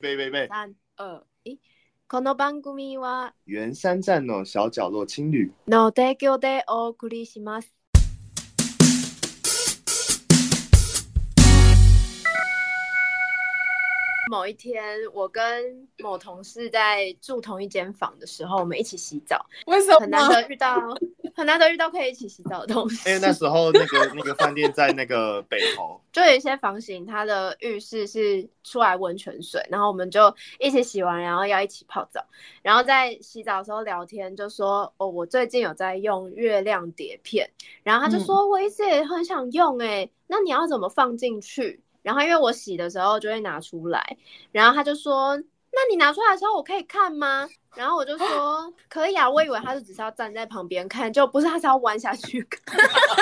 备。 3、2、1。この番組は圆山站の小角落青旅の提供でお送りします。某一天，我跟某同事在住同一间房的时候，我们一起洗澡。 为什么？ 很难得遇到可以一起洗澡的同事。 因为那时候那个饭店在那个北投， 就有一些房型，它的浴室是出来温泉水，然后我们就一起洗完，然后要一起泡澡。然后在洗澡的时候聊天，就说我最近有在用月亮碟片，然后他就说我一直也很想用那你要怎么放进去？然后因为我洗的时候就会拿出来，然后他就说那你拿出来的时候我可以看吗？然后我就说可以啊，我以为他就只是要站在旁边看，就不是，他是要弯下去看。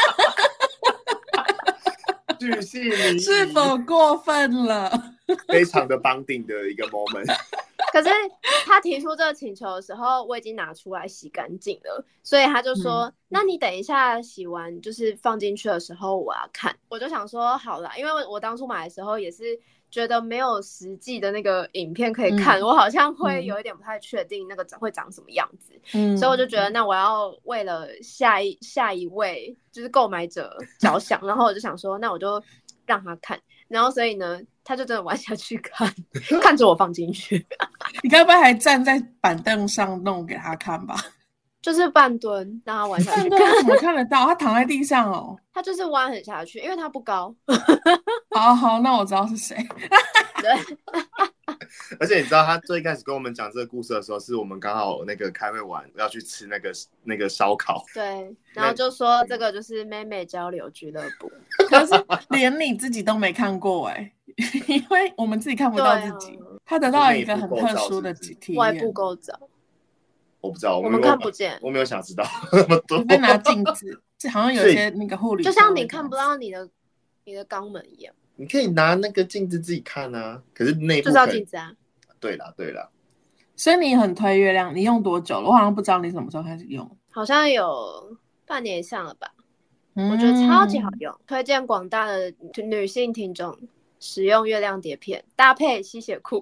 巨细靡遗是否过分了？ 非常的绑定的一个 moment。 可是他提出这个请求的时候，我已经拿出来洗干净了，所以他就说那你等一下洗完就是放进去的时候我要看。我就想说好啦，因为我当初买的时候也是觉得没有实际的那个影片可以看，我好像会有一点不太确定那个会长什么样子，所以我就觉得那我要为了下一位就是购买者着想，然后我就想说那我就让他看，然后所以呢他就真的弯下去看，看着我放进去。 你该不会还站在板凳上弄给他看吧？ 就是半蹲让他弯下去看。 半蹲怎么看得到？他躺在地上哦。 他就是弯很下去，因为他不高。 好，那我知道是谁。 对。 而且你知道他最开始跟我们讲这个故事的时候，是我们刚好那个开会完要去吃那个烧烤。 对，然后就说这个就是妹妹交流俱乐部。 可是连你自己都没看过因为我们自己看不到自己。他得到一个很特殊的体验。 外部构造。 我不知道， 我们看不见。 我没有想知道那么多。 你在拿镜子，好像有些那个护理， 就像你看不到你的肛门一样。 你可以拿那个镜子自己看啊，可是内部就是要镜子啊。 对啦。 所以你很推月亮，你用多久了？我好像不知道你什么时候开始用。 好像有半年以上了吧。我觉得超级好用，推荐广大的女性听众使用月亮碟片，搭配吸血裤。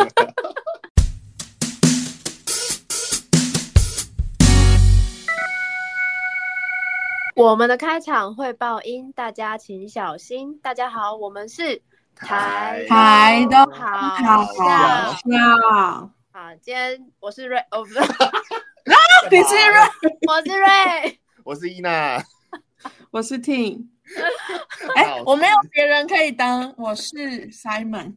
我们的开场汇报音，大家请小心。大家好，我们是台都好笑。好，今天我是瑞，不是， 你是瑞， 我是瑞， 我是伊娜， 我是 Ting。我没有别人可以当，我是 Simon。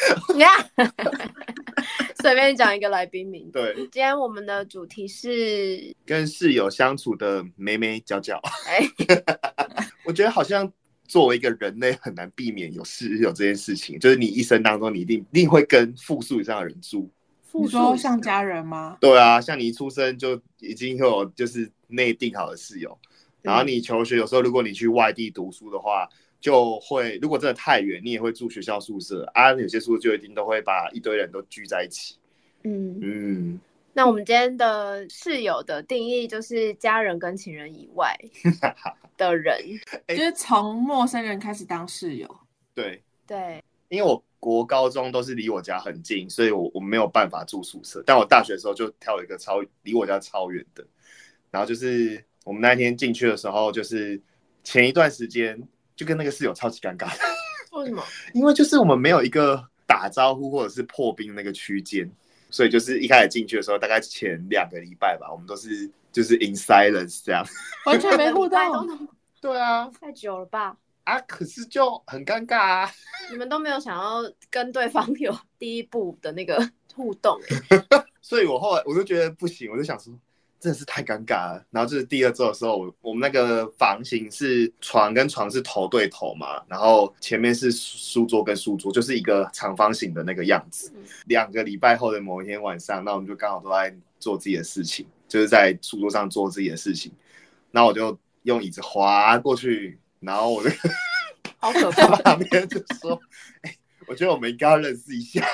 随便讲一个来宾名。 对， 今天我们的主题是跟室友相处的眉眉角角。我觉得好像作为一个人类很难避免有室友这件事情，就是你一生当中你一定会跟复数以上的人住。 你说像家人吗？ 对啊，像你一出生就已经有就是内定好的室友，然后你求学有时候如果你去外地读书的话，就会如果真的太远，你也会住学校宿舍啊。有些宿舍就一定都会把一堆人都聚在一起。 那我们今天的室友的定义就是家人跟情人以外的人， 就是从陌生人开始当室友。 对， 因为我国高中都是离我家很近，所以我没有办法住宿舍。但我大学的时候就挑了一个离我家超远的。然后就是我们那天进去的时候，就是前一段时间就跟那个室友超级尴尬的。 为什么？ 因为就是我们没有一个打招呼或者是破冰那个区间，所以就是一开始进去的时候，大概前2个礼拜吧，我们都是就是 in silence 这样， 完全没互动。 对啊， 太久了吧？ 可是就很尴尬啊。 你们都没有想要跟对方有第一步的那个互动。 所以我后来我就觉得不行，我就想说真的是太尴尬了。然后就是第2周的时候，我们那个房型是床跟床是头对头嘛，然后前面是书桌跟书桌，就是一个长方形的那个样子。2个礼拜后的某一天晚上，那我们就刚好都在做自己的事情，就是在书桌上做自己的事情。那我就用椅子滑过去，然后我就好可怕， 旁边就说：“我觉得我们应该要认识一下。”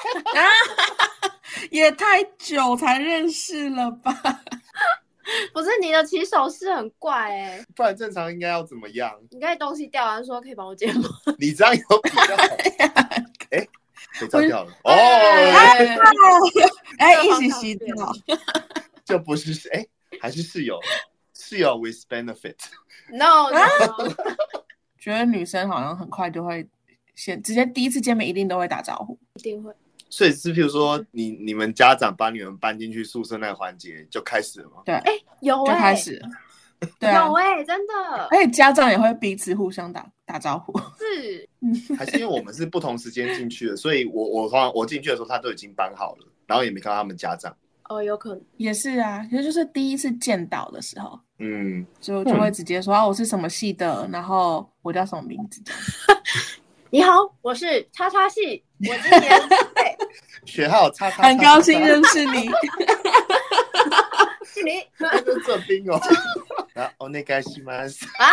也太久才认识了吧？ 不是，你的起手式很怪不然正常应该要怎么样？ 你可以东西掉完说可以帮我捡吗？ 你这样有比较好。 被照掉了哦， 一起洗澡， 就不是还是室友with benefit。 No， 觉得女生好像很快就会直接第一次见面一定都会打招呼， 一定会。 所以是譬如说你们家长把你们搬进去宿舍那个环节就开始了吗？ 对， 有就开始了。对啊， 有真的， 而且家长也会彼此互相打招呼。 是， 还是因为我们是不同时间进去的，所以我进去的时候他都已经搬好了，然后也没看到他们家长。 有可能也是啊，其实就是第一次见到的时候，就会直接说我是什么系的，然后我叫什么名字。 你好，我是叉叉系，我今年学号叉叉， 很高兴认识你。 是你， 那是这兵哦。然后那个是吗？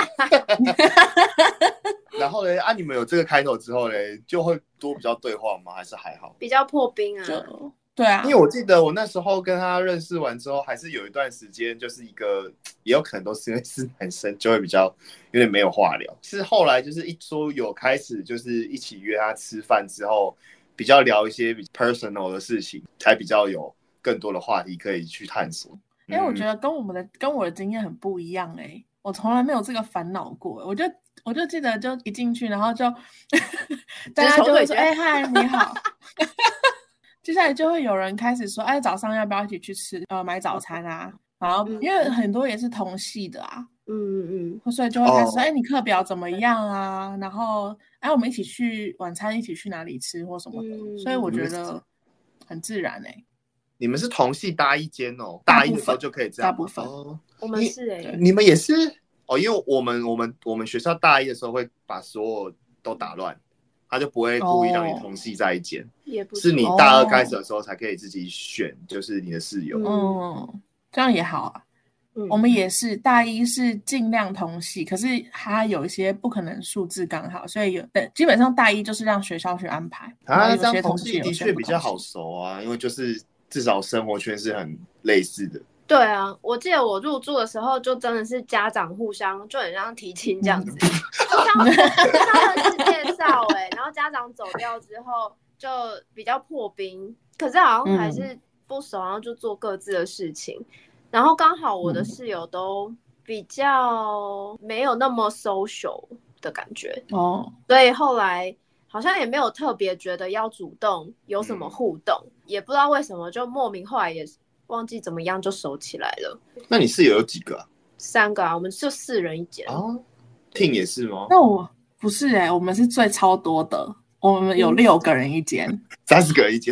然后呢？你们有这个开头之后呢，就会多比较对话吗？还是还好？ 比较破冰啊。 对啊， 因为我记得我那时候跟他认识完之后，还是有一段时间，就是一个也有可能都是因为是男生，就会比较有点没有话聊。是后来就是一说有开始就是一起约他吃饭之后，比较聊一些比较 personal 的事情，才比较有更多的话题可以去探索。 我觉得跟我的经验很不一样我从来没有这个烦恼过。我就记得就一进去，然后就大家就会说嗨你好。接下来就会有人开始说早上要不要一起去吃买早餐啊，然后因为很多也是同系的啊，所以就会开始说你课表怎么样啊，然后我们一起去晚餐一起去哪里吃或什么的，所以我觉得很自然你们是同系搭一间哦，大一的时候就可以这样。 大部分我们是你们也是因为我们学校大一的时候会把所有都打乱，他就不会故意让你同系在一间，是你大二开始的时候才可以自己选，就是你的室友。 这样也好啊。我们也是大一是尽量同系，可是它有一些不可能数字刚好，所以基本上大一就是让学校去安排。 这样同系的确比较好熟啊，因为就是至少生活圈是很类似的。 对啊，我记得我入住的时候就真的是家长互相就很像提亲这样子，互相认识介绍然后家长走掉之后就比较破冰，可是好像还是不熟，然后就做各自的事情。然后刚好我的室友都比较没有那么 social 的感觉所以后来好像也没有特别觉得要主动有什么互动，也不知道为什么就莫名后来也忘记怎么样就熟起来了。 那你室友有几个啊 ？3个啊，我们就4人一间。 Ting 也是吗？ 那我不是我们是最超多的，我们有6个人一间 ，30个人一间。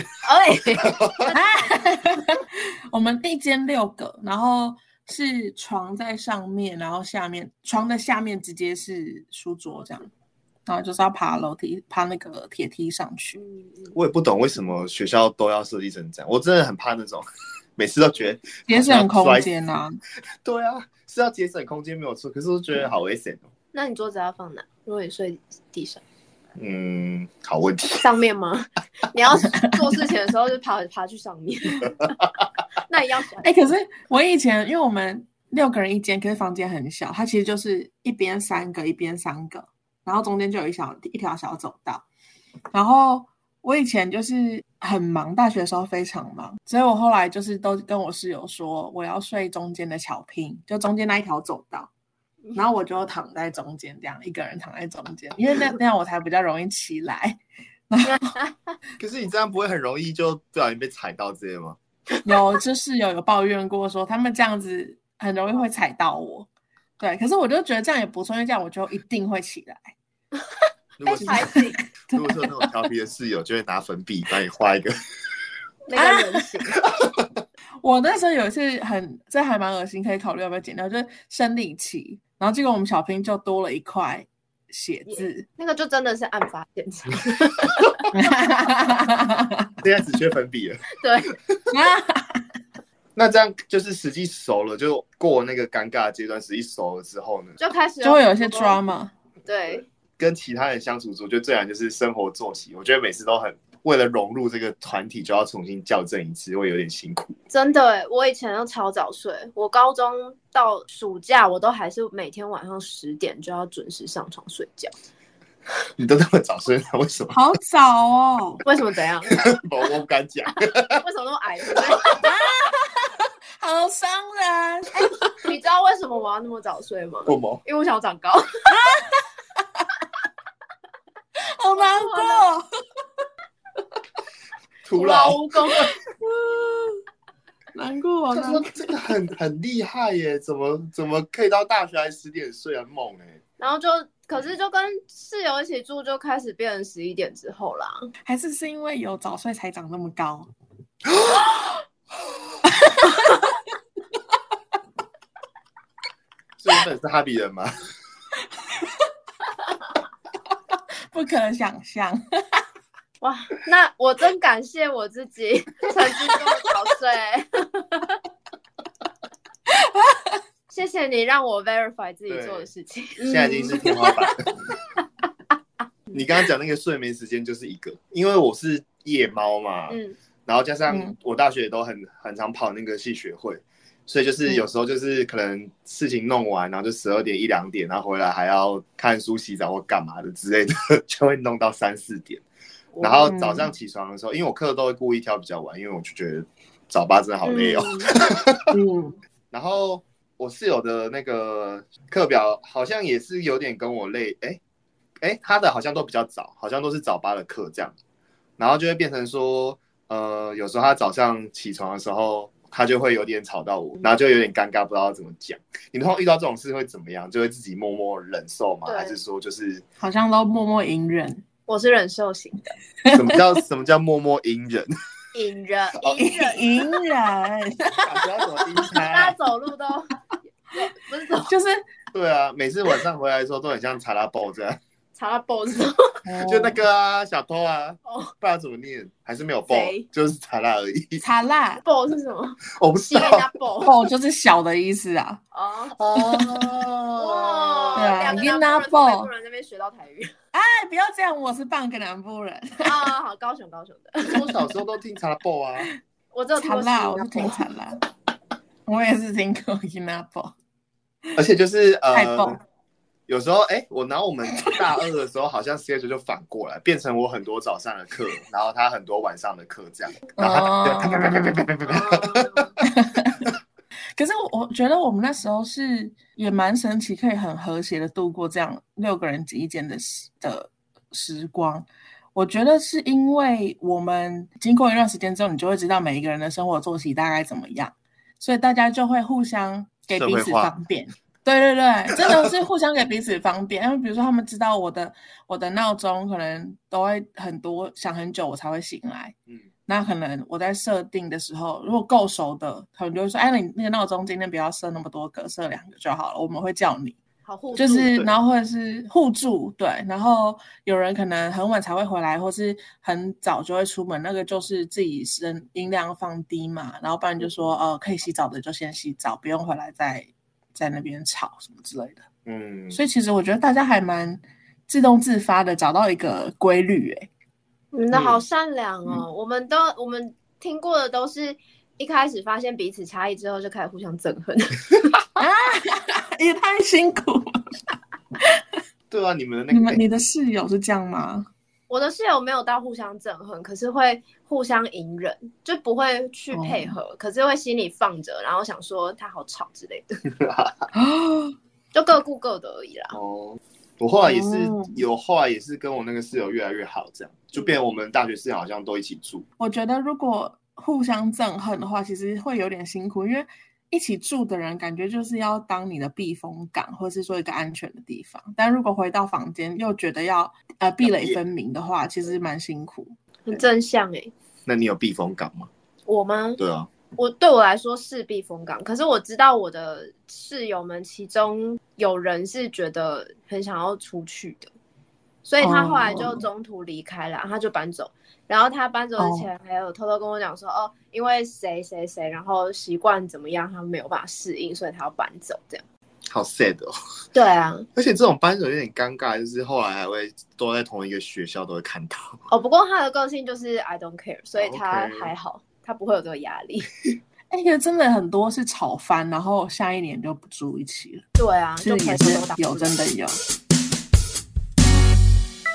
我们一间6个，然后是床在上面，然后床的下面直接是书桌这样，然后就是要爬楼梯，爬那个铁梯上去。 我也不懂为什么学校都要设计成这样，我真的很怕那种每次都觉得节省空间啊。 对啊，是要节省空间没有错，可是我觉得好危险那你桌子要放哪？如果你睡地上？ 好问题。 上面吗？你要做事情的时候就爬去上面。那也要想。 可是我以前因为我们6个人一间，可是房间很小，它其实就是一边3个，一边3个，然后中间就有一条小走道。然后我以前就是很忙，大学的时候非常忙，所以我后来就是都跟我室友说，我要睡中间的巧拼，就中间那一条走道。然后我就躺在中间，这样一个人躺在中间，因为那样我才比较容易起来。 可是你这样不会很容易就不小心被踩到之类吗？ 有，就室友有抱怨过说他们这样子很容易会踩到我。对，可是我就觉得这样也不错，因为这样我就一定会起来。 被踩醒。 如果说那种调皮的室友，就会拿粉笔帮你画一个那个人形。 我那时候有一次这还蛮恶心，可以考虑要不要剪掉，就是生理期，然后结果我们小拼就多了一块写字， 那个就真的是案发现场。 现在只缺粉笔了。 对。 那这样就是实际熟了，就过那个尴尬的阶段，实际熟了之后呢， 就开始就会有一些 drama。 对， 跟其他人相处中，就最然就是生活作息，我觉得每次都很为了融入这个团体，就要重新校正一次，会有点辛苦。 真的我以前都超早睡，我高中到暑假我都还是每天晚上10点就要准时上床睡觉。 你都那么早睡，那为什么？ 好早哦！ 为什么怎样？ 我不敢讲。 为什么那么矮？ 好伤人。 你知道为什么我要那么早睡吗？ 为什么？ 因为我想要长高。 好难过。 徒劳无功。 难过。 他说这个很厉害耶，怎么可以到大学还10点睡啊？梦哎。然后可是就跟室友一起住，就开始变成11点之后啦。 还是因为有早睡才长那么高？ 这原本是哈比人吗？ 不可想象。 哇，那我真感谢我自己曾经这么早睡。谢谢你让我 verify 自己做的事情。 现在已经是天花板了。你刚刚讲那个睡眠时间就是一个，因为我是夜猫嘛，然后加上我大学也都很常跑那个系学会，所以就是有时候就是可能事情弄完，然后就12点1、2点，然后回来还要看书、洗澡或干嘛的之类的，就会弄到3、4点。然后早上起床的时候，因为我课都会故意挑比较晚，因为我就觉得早八真的好累哦。然后我室友的那个课表好像也是有点跟我累，他的好像都比较早，好像都是早8的课这样，然后就会变成说，有时候他早上起床的时候，他就会有点吵到我，然后就有点尴尬，不知道怎么讲。你通常遇到这种事会怎么样？就会自己默默忍受吗？还是说就是好像都默默隐忍？ 我是忍受型的。什么叫默默隐忍？ 隐忍。大家走路都不是走， 就是对啊，每次晚上回来的时候都很像查拉包这样。 查拉包是什么？ 就那个啊，小偷啊，不知道怎么念，还是没有包，就是查拉而已。 查拉包是什么？ 我不知道。 包就是小的意思啊。 对啊， 跟南部人那边学到台语。 哎，不要这样，我是半个南部人啊。好，高雄的。 我小时候都听查拉包啊。 我只有听过查拉，我是听查拉。我也是听过吉拿包。 而且就是有时候然后我们大2的时候，好像 schedule 就反过来，变成我很多早上的课，然后他很多晚上的课这样。然后可是我觉得我们那时候是也蛮神奇，可以很和谐的度过这样6个人挤一间的时光。我觉得是因为我们经过一段时间之后，你就会知道每一个人的生活作息大概怎么样，所以大家就会互相给彼此方便。对，真的是互相给彼此方便。因为比如说他们知道我的闹钟可能都会很多，想很久我才会醒来。那可能我在设定的时候，如果够熟的，可能就会说，你那个闹钟今天不要设那么多个，设2个就好了，我们会叫你。 好互助， 就是然后或者是互助，对，然后有人可能很晚才会回来，或是很早就会出门，那个就是自己音量放低嘛，然后不然就说可以洗澡的就先洗澡，不用回来在那边吵什么之类的。所以其实我觉得大家还蛮自动自发的找到一个规律。 你们的好善良哦。我们听过的都是一开始发现彼此差异之后就开始互相憎恨。 也太辛苦了。 对啊，你的室友是这样吗？ 我的室友没有到互相憎恨，可是会互相隐忍，就不会去配合，可是会心里放着，然后想说他好吵之类的。就各顾各的而已啦。 我后来也是跟我那个室友越来越好，这样就变我们大学室友好像都一起住。 我觉得如果互相憎恨的话，其实会有点辛苦，因为一起住的人感觉就是要当你的避风港，或是说一个安全的地方。但如果回到房间又觉得要壁垒分明的话，其实蛮辛苦。 很正向那你有避风港吗？ 我吗？ 对啊。 对我来说是避风港，可是我知道我的室友们其中有人是觉得很想要出去的，所以他后来就中途离开了，他就搬走。然后他搬走之前还有偷偷跟我讲说，因为谁谁谁，然后习惯怎么样，他没有办法适应，所以他要搬走这样。 好 sad 哦。 对啊， 而且这种搬走有点尴尬，就是后来还会都在同一个学校都会看到。 不过他的个性就是 I don't care， 所以他还好。他不会有这个压力。 真的很多是吵翻，然后下一年就不住一起了。 对啊， 就也是有，真的有。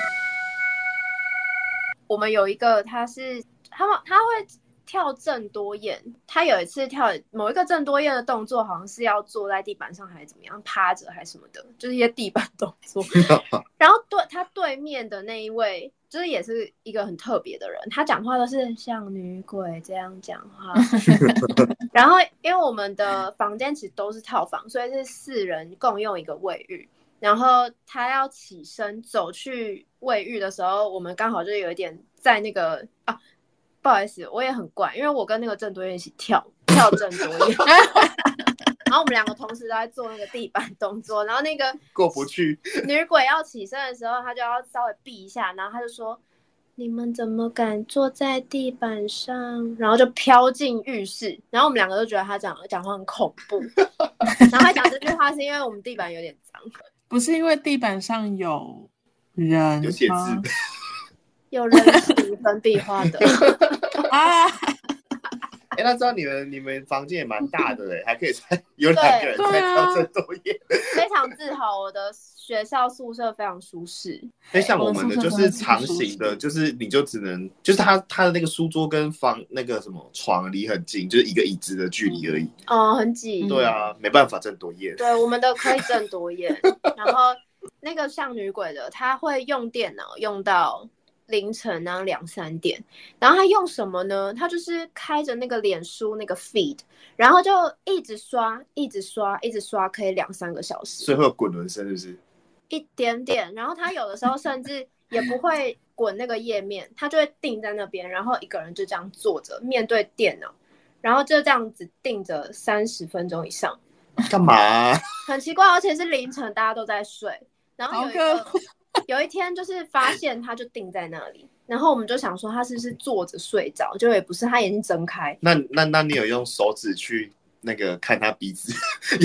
我们有一个他会跳郑多燕，他有一次跳某一个郑多燕的动作，好像是要坐在地板上还是怎么样，趴着还是什么的，就是一些地板动作。然后他对面的那一位，就是也是一个很特别的人，他讲话都是像女鬼这样讲话。然后因为我们的房间其实都是套房，所以是4人共用一个卫浴。然后他要起身走去卫浴的时候，我们刚好就有一点在那个不好意思，我也很怪，因为我跟那个郑多燕一起跳郑多燕，然后我们2个同时都在做那个地板动作，然后那个过不去女鬼要起身的时候，她就要稍微避一下，然后她就说：“你们怎么敢坐在地板上？”然后就飘进浴室，然后我们2个都觉得她讲话很恐怖，然后她讲这句话是因为我们地板有点脏， 不是因为地板上有人有写字。 有人体粉笔画的啊！ 那知道你们房间也蛮大的还可以有2个人在跳郑多燕， 非常自豪，我的学校宿舍非常舒适。 像我们的就是长形的，就是你就只能就是他的那个书桌跟那个什么床离很近，就是一个椅子的距离而已。 很挤。 对啊，没办法郑多燕。 对，我们的可以郑多燕。然后那个像女鬼的，他会用电脑用到凌晨2、3点，然后他用什么呢？他就是开着那个脸书那个 feed， 然后就一直刷，可以2、3个小时， 所以会有滚轮声，是不是？ 一点点。然后他有的时候甚至也不会滚那个页面，他就会定在那边，然后一个人就这样坐着面对电脑，然后就这样子定着30分钟以上。 干嘛？ 很奇怪，而且是凌晨，大家都在睡。然后有一天就是发现他就定在那里，然后我们就想说他是不是坐着睡着，就也不是，他眼睛睁开。 那你有用手指去那个看他鼻子？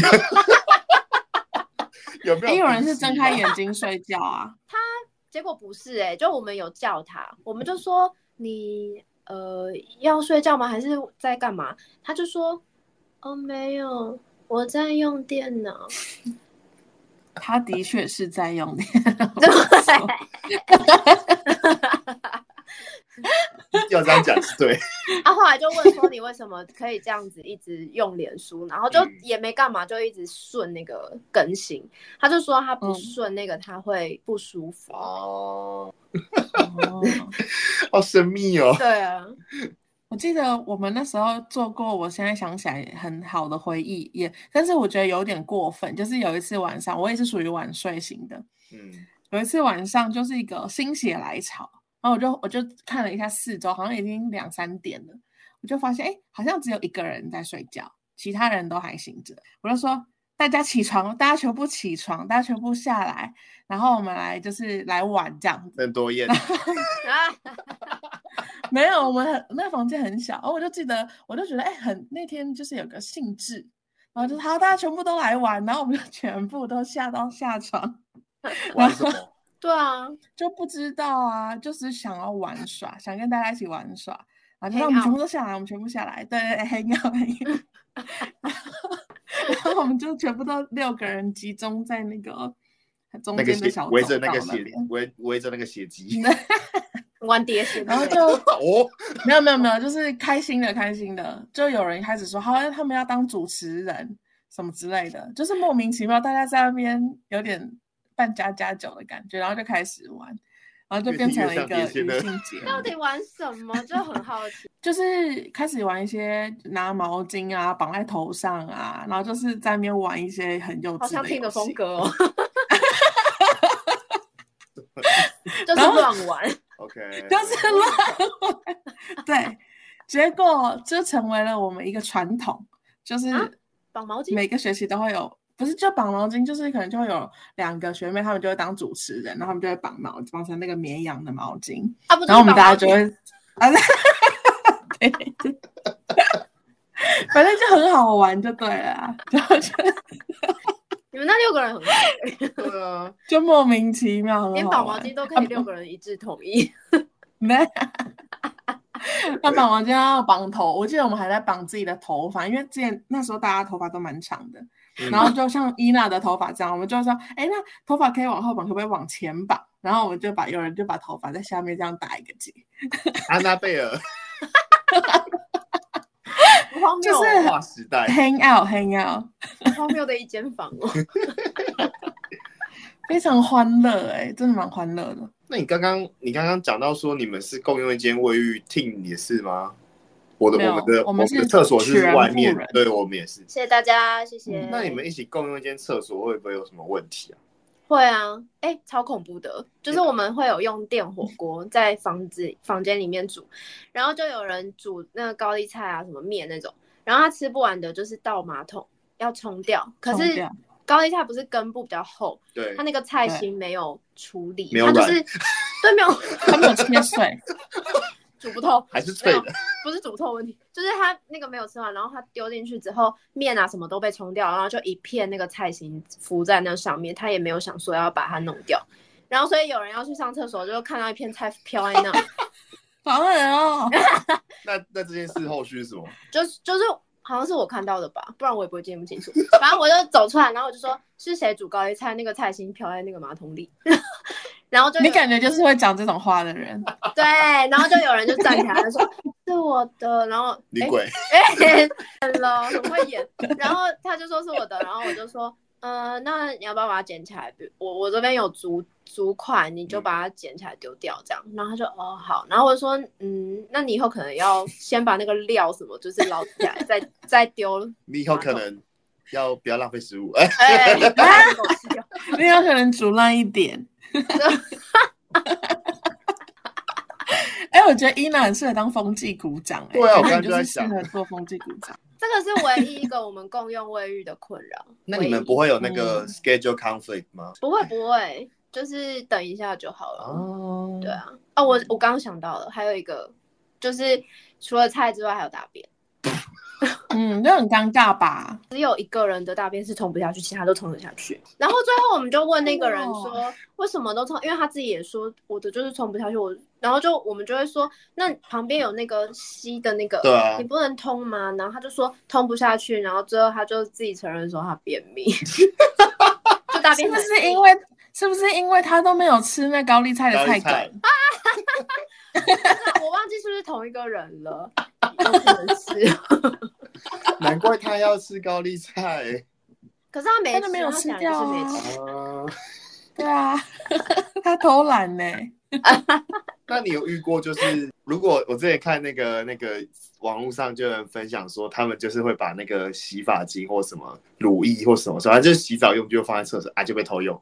有没有？ 有人是睁开眼睛睡觉啊？ 结果不是就我们有叫他，我们就说你要睡觉吗？还是在干嘛？他就说没有，我在用电脑。 他的确是在用电脑。 对。 要这样讲是对。 后来就问说你为什么可以这样子一直用脸书，然后就也没干嘛，就一直顺那个更新。他就说他不顺那个他会不舒服。 好神秘哦。 对啊。 我记得我们那时候做过，我现在想起来很好的回忆，但是我觉得有点过分，就是有一次晚上，我也是属于晚睡型的，有一次晚上就是一个心血来潮，然后我就看了一下四周，好像已经2、3点了，我就发现好像只有一个人在睡觉，其他人都还醒着，我就说大家起床，大家全部起床，大家全部下来，然后我们来玩这样子。 郑多燕。 没有，我们那个房间很小，我就记得，我就觉得那天就是有个兴致，然后就好，大家全部都来玩，然后我们就全部都下床。 玩什么？ 对啊， 就不知道啊，就是想要玩耍，想跟大家一起玩耍，然后就让我们全部都下来，我们全部下来，对，hang out。然后我们就全部都6个人集中在那个中间的小走道围着那个血迹。 玩碟仙， 然后就没有，就是开心的，就有人开始说，好像他们要当主持人什么之类的，就是莫名其妙，大家在那边有点扮家家酒的感觉，然后就开始玩，然后就变成了一个女性节目。 到底玩什么？就很好奇。 就是开始玩一些拿毛巾啊绑在头上啊，然后就是在那边玩一些很幼稚的游戏， 好像听的风格哦。就是乱玩。 OK， 就是乱玩。对，结果就成为了我们一个传统，就是绑毛巾， 每个学期都会有，不是就绑毛巾，就是可能就会有2个学妹，她们就会当主持人，然后她们就会绑成那个绵羊的毛巾，然后我们大家就会对，反正就很好玩就对了啊。 你们那6个人很好。 对啊， 就莫名其妙，很好玩， 连绑毛巾都可以6个人一致统一。 那绑毛巾要绑头，我记得我们还在绑自己的头发，因为之前那时候大家头发都蛮长的， 然后就像伊娜的头发这样，我们就说，那头发可以往后绑，可不可以往前绑？然后我们就有人就把头发在下面这样打一个结。 安娜贝尔， 就是划时代 hang out， 荒谬的一间房哦， 非常欢乐真的蛮欢乐的。 那你刚刚讲到说你们是共用一间卫浴 ，Ting 也是吗？我们的厕所是外面，对，我们也是。 谢谢大家，谢谢。 那你们一起共用一间厕所，会不会有什么问题啊？ 会啊，超恐怖的，就是我们会有用电火锅在房间里面煮，然后就有人煮那个高丽菜啊什么面那种，然后他吃不完的就是倒马桶要冲掉，可是高丽菜不是根部比较厚， 对， 他那个菜心没有处理， 没有他就是对没有， 他没有切碎。 煮不透， 还是脆的， 不是煮透问题，就是他那个没有吃完，然后他丢进去之后，面啊什么都被冲掉，然后就一片那个菜心浮在那上面，他也没有想说要把它弄掉，然后所以有人要去上厕所，就看到一片菜飘在那， 好恶哦。 那这件事后续是什么？ 就是好像是我看到的吧，不然我也不会记不清楚。反正我就走出来，然后我就说是谁煮高丽菜，那个菜心飘在那个马桶里。然后就你感觉就是会讲这种话的人， 对，然后就有人就站起来说是我的，然后女鬼 ，hello， 很会演，然后他就说是我的，然后我就说那你要不要把它捡起来？我这边有竹块，你就把它捡起来丢掉这样。然后他说好，然后我就说那你以后可能要先把那个料什么就是捞起来，再丢。 你以后可能不要浪费食物， 你有可能煮烂一点。我觉得伊娜很适合当风纪股长， 对啊，我刚刚就在想， 适合做风纪股长。 这个是唯一一个我们共用卫浴的困扰。 那你们不会有那个 schedule conflict 吗？ 不会，就是等一下就好了。 哦， 对啊，我刚刚想到了，还有一个就是除了菜之外还有大便。 就很尴尬吧？ 只有一个人的大便是冲不下去，其他都冲得下去。然后最后我们就问那个人说，为什么都冲？因为他自己也说我的就是冲不下去。然后我们就会说，那旁边有那个吸的那个， 对啊， 你不能通吗？然后他就说通不下去，然后最后他就自己承认说他便秘。就大便是不是因为他都没有吃那高丽菜的菜梗？ 我忘记是不是同一个人了，有可能是。 难怪他要吃高丽菜， 可是他都没有吃掉啊。 对啊，他偷懒呢。 那你有遇过就是如果我之前看那个网络上就有人分享说他们就是会把那个洗发精或什么乳液或什么反正就是洗澡用就放在厕所就被偷用。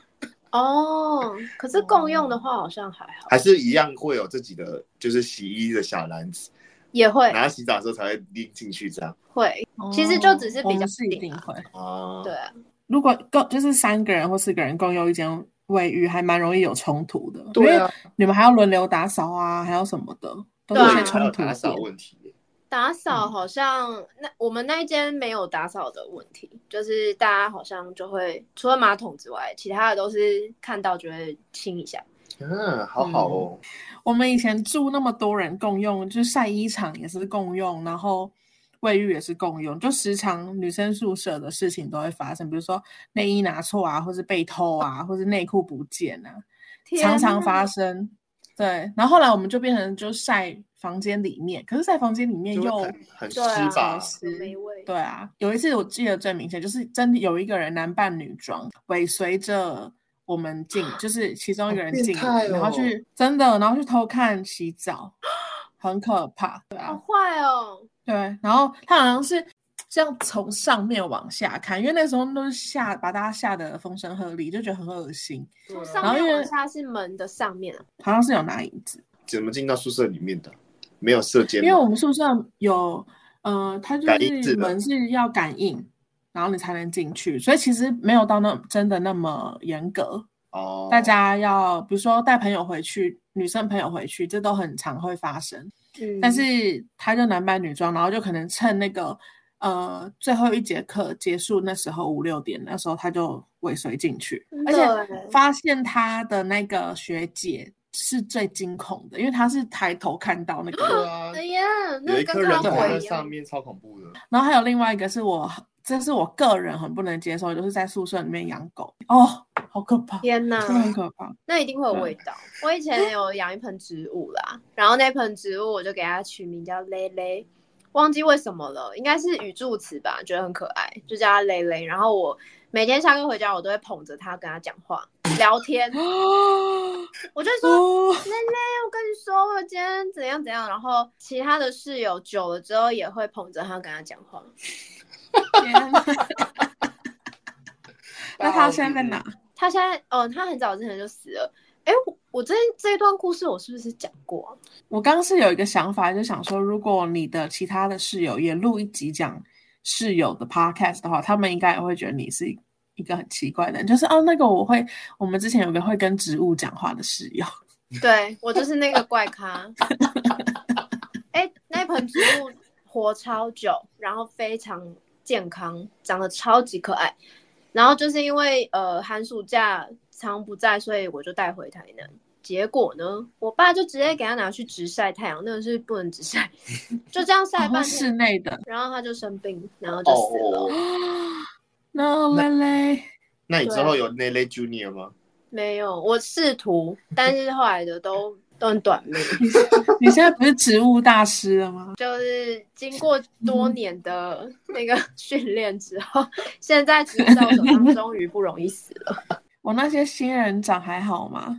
可是共用的话好像还好， 还是一样会有自己的就是洗衣的小篮子， 也会拿洗澡的时候才会拎进去这样。 会，其实就只是比较是一定会对啊。 如果就是3个人或4个人共用一间卫浴，还蛮容易有冲突的。 对啊， 因为你们还要轮流打扫啊，还有什么的，都是一些冲突打扫问题。 打扫好像我们那一间没有打扫的问题，就是大家好像就会除了马桶之外，其他的都是看到就会清一下。 好好哦。 我们以前住那么多人共用，就晒衣场也是共用，然后卫浴也是共用，就时常女生宿舍的事情都会发生，比如说内衣拿错啊，或是被偷啊，或是内裤不见啊，常常发生。对，然后后来我们就变成就晒房间里面，可是晒房间里面又很湿吧， 没味。 对啊，有一次我记得最明显，就是真的有一个人男扮女装尾随着我们进，就是其中一个人进，然后去真的，然后去偷看洗澡，很可怕。对啊， 好坏哦。 对，然后他好像是这样从上面往下看，因为那时候都是把大家吓得风声鹤唳，就觉得很恶心。 从上面往下是门的上面好像是有拿椅子。 怎么进到宿舍里面的？没有射监吗？ 因为我们宿舍有它就是门是要感应，然后你才能进去，所以其实没有到真的那么严格。大家要比如说带朋友回去，女生朋友回去，这都很常会发生。但是他就男扮女装，然后就可能趁那个最后一节课结束那时候5、6点，那时候他就尾随进去，而且发现他的那个学姐是最惊恐的，因为他是抬头看到那个， 对啊， 哎呀， 有一颗人头在上面，超恐怖的。 然后还有另外一个是我这是我个人很不能接受，就是在宿舍里面养狗哦，好可怕！ 天哪， 真的很可怕。 那一定会有味道。我以前有养一盆植物啦，然后那盆植物我就给它取名叫蕾蕾，忘记为什么了，应该是语助词吧，觉得很可爱，就叫它蕾蕾。然后我每天下课回家，我都会捧着它跟它讲话聊天。我就说蕾蕾，我跟你说我今天怎样怎样，然后其他的室友久了之后也会捧着它跟它讲话。 那他现在在哪？ 他现在他很早之前就死了。我这一段故事我是不是讲过啊？ 我刚刚是有一个想法，就想说，如果你的其他的室友也录一集讲室友的 podcast 的话，他们应该也会觉得你是一个很奇怪的人，就是那个我们之前有个会跟植物讲话的室友， 对，我就是那个怪咖。那盆植物活超久，然后非常健康，长得超级可爱。然后就是因为寒暑假常不在，所以我就带回台南。结果呢，我爸就直接给他拿去直晒太阳，那个是不能直晒，就这样晒半天， 室内的。 然后他就生病，然后就死了。 No, 蕾蕾。 那你之后有蕾蕾 Junior 吗？ 没有，我试图，但是后来的都很短命。 你现在不是植物大师了吗？ 就是经过多年的那个训练之后，现在植物在我手上终于不容易死了。 我那些仙人掌还好吗？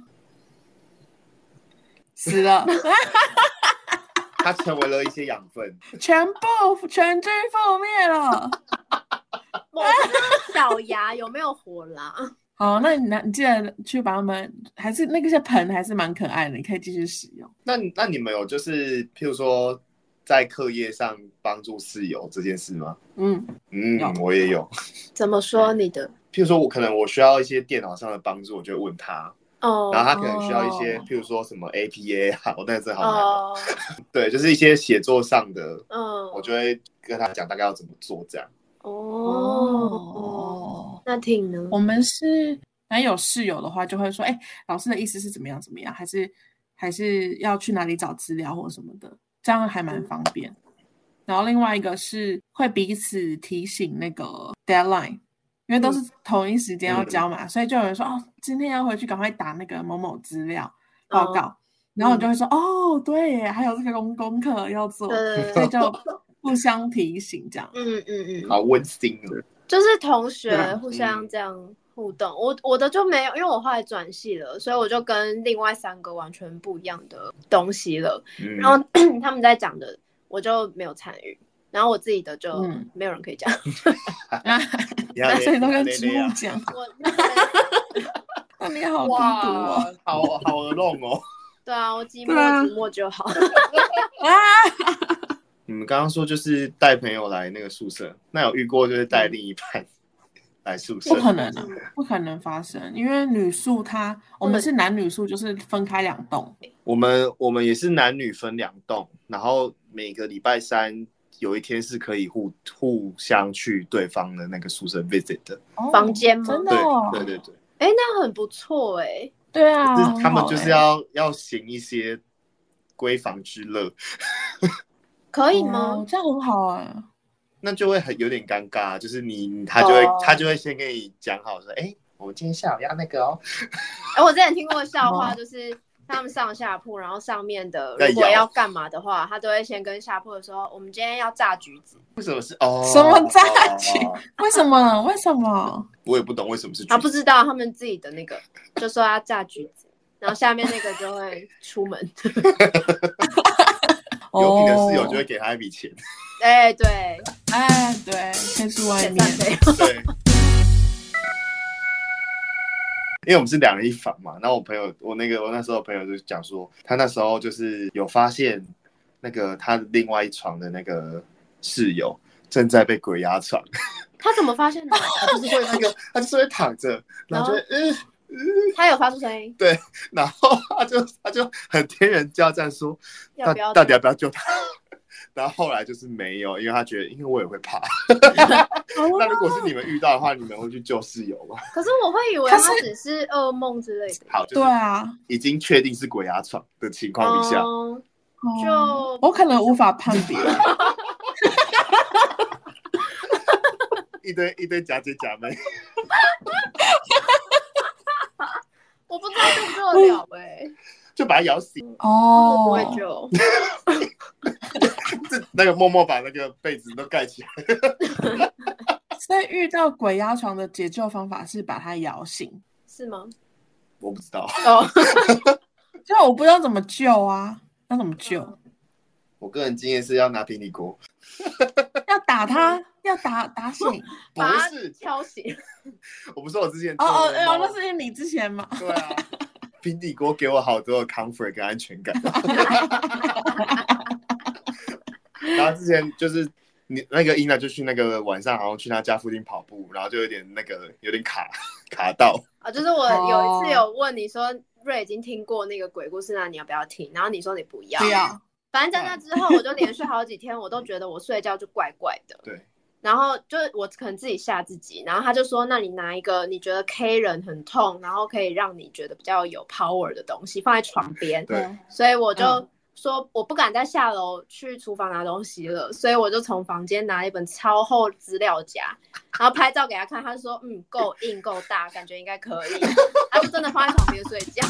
死了。 它成为了一些养分， 全军覆灭了。 我不知道小芽有没有活啦？ 好，那你记得去把它们，还是那些盆还是蛮可爱的，你可以继续使用。 那你们有就是譬如说在课业上帮助室友这件事吗？我也有。 怎么说你的？ 譬如说我需要一些电脑上的帮助，我就会问他。然后他可能需要一些譬如说什么 APA 啊，我那个真的好难。对，就是一些写作上的，我就会跟他讲大概要怎么做这样。 那挺呢。 我们是有室友的话就会说，老师的意思是怎么样怎么样，还是要去哪里找资料或什么的，这样还蛮方便。然后另外一个是会彼此提醒那个 deadline， 因为都是同一时间要交嘛，所以就有人说今天要回去赶快打那个某某资料报告，然后你就会说对耶，还有这个功课要做，所以就互相提醒这样。 好温馨哦。 就是同学互相这样互动。我的就没有，因为我后来转系了，所以我就跟另外3个完全不一样的东西了。然后他们在讲的我就没有参与，然后我自己的就没有人可以讲。 所以都跟植物讲。那你好孤独哦， 好alone哦。 对啊，我寂寞就好。 你们刚刚说就是带朋友来那个宿舍，那有遇过就是带另一半来宿舍？ 不可能啊，不可能发生，因为女宿我们是男女宿，就是分开2栋。 我们也是男女分2栋，然后每个礼拜3有一天是可以互相去对方的那个宿舍 visit 的。 房间吗？ 真的对。 那很不错对啊， 就是他们就是要行一些闺房之乐。 可以吗？ 这样很好啊。 那就会有点尴尬，就是他就会先跟你讲好说，我们今天下午要那个哦。 我之前听过笑话，就是他们上下铺，然后上面的如果要干嘛的话，他都会先跟下铺的说，我们今天要榨橘子。 为什么是什么榨橘？为什么？ 我也不懂为什么是橘子。 不知道他们自己的那个就说要榨橘子，然后下面那个就会出门。 有品的室友就会给他一笔钱。 对， 先去外面。 对，因为我们是2人1房嘛，然后我那时候朋友就讲说，他那时候就是有发现那个他另外一床的那个室友正在被鬼压床。 他怎么发现的？ 他就是会躺着，然后就会他有发出声音。 对，然后他就很天人交战说，到底要不要救他？然后后来就是没有，因为他觉得，因为我也会怕。那如果是你们遇到的话，你们会去救室友吗？ 可是我会以为他只是噩梦之类的。 好，对啊，已经确定是鬼压床的情况底下， 就我可能无法判别。 一堆假姐假妹。 我不知道救不救得了就把它咬死。 我不会救。 那个默默把那个被子都盖起来。 所以遇到鬼压床的解救方法是把它摇醒，是吗？ 我不知道。 就我不知道怎么救啊，要怎么救？ 我个人经验是要拿平底锅， 要打他，要打醒， 不是敲醒。 我不是我之前那是你之前嘛？ 对啊，平底锅给我好多的 comfort 跟安全感。然后之前就是你那个伊娜就去那个晚上好像去他家附近跑步，然后就有点卡到啊。就是我有一次有问你说瑞已经听过那个鬼故事，那你要不要听？然后你说你不要。反正在那之后，我就连续好几天，我都觉得我睡觉就怪怪的。 对。 然后就我可能自己吓自己，然后他就说，那你拿一个你觉得 K 人很痛，然后可以让你觉得比较有 power 的东西放在床边。 对。 所以我就说我不敢再下楼去厨房拿东西了，所以我就从房间拿一本超厚资料夹，然后拍照给他看，他说够硬够大，感觉应该可以。他就真的放在床边睡觉。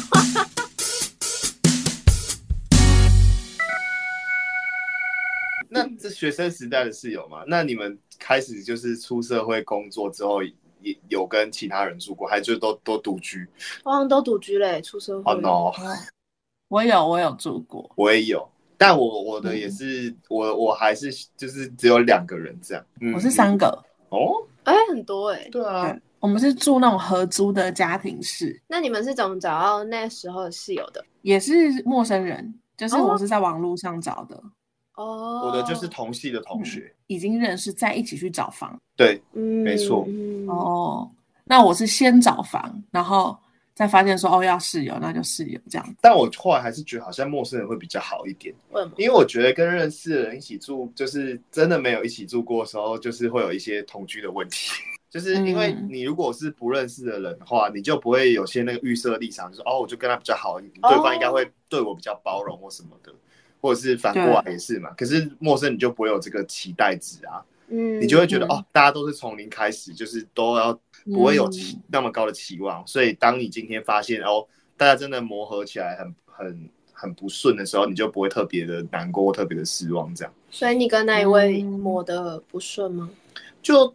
那是学生时代的室友嘛？那你们开始就是出社会工作之后，也有跟其他人住过，还是都独居？ 我好像都独居嘞，出社会。 no。 我有住过， 我也有，但我的也是，我还是就是只有2个人这样。 我是3个。 很多对啊， 我们是住那种合租的家庭式。 那你们是怎么找到那时候的室友的？ 也是陌生人，就是我是在网络上找的。 我的就是同系的同学， 已经认识，再一起去找房。 对，没错。 那我是先找房，然后再发现说要室友，那就室友这样。 但我后来还是觉得好像陌生人会比较好一点。因为我觉得跟认识的人一起住，就是真的没有一起住过的时候，就是会有一些同居的问题。就是因为你如果是不认识的人的话，你就不会有些那个预设立场，就是我就跟他比较好，对方应该会对我比较包容或什么的。或者是反过来也是嘛，可是陌生你就不会有这个期待值啊，你就会觉得大家都是从零开始，就是都要不会有那么高的期望，所以当你今天发现大家真的磨合起来很不顺的时候，你就不会特别的难过，特别的失望这样。 所以你跟那一位磨得不顺吗？ 就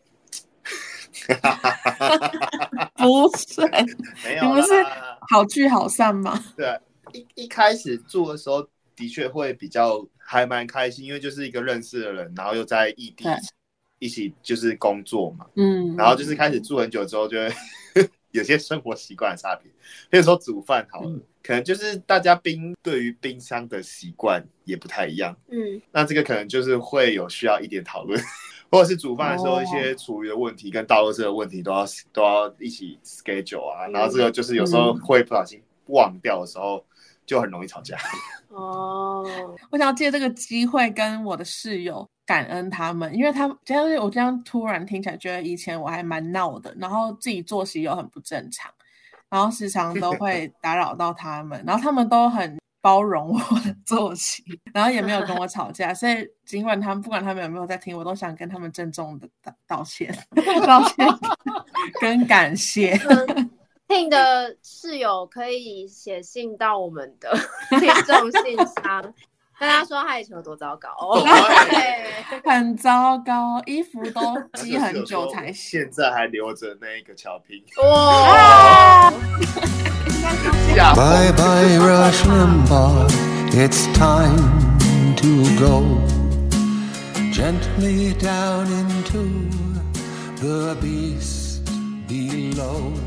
不顺， 没有， 你们是好聚好散吗？ 对，一开始住的时候。的确会比较还蛮开心，因为就是一个认识的人，然后又在异地一起就是工作嘛，然后就是开始住很久之后，就会有些生活习惯的差别。比如说煮饭好了，可能就是大家对于冰箱的习惯也不太一样，那这个可能就是会有需要一点讨论，或者是煮饭的时候一些厨余的问题跟倒垃圾的问题都要一起 schedule 啊，然后这个就是有时候会不小心忘掉的时候，就很容易吵架。 我想要借这个机会跟我的室友感恩他们，因为我这样突然听起来觉得以前我还蛮闹的，然后自己作息又很不正常，然后时常都会打扰到他们，然后他们都很包容我的作息，然后也没有跟我吵架，所以尽管不管他们有没有在听，我都想跟他们郑重的道歉跟感谢。 听的室友可以写信到我们的听众信箱，跟他说他以前有多糟糕， 很糟糕，衣服都积很久才洗， 现在还留着那个巧拼。 哇 ！Bye bye Rush Limbaugh, it's time to go gently down into the beast below.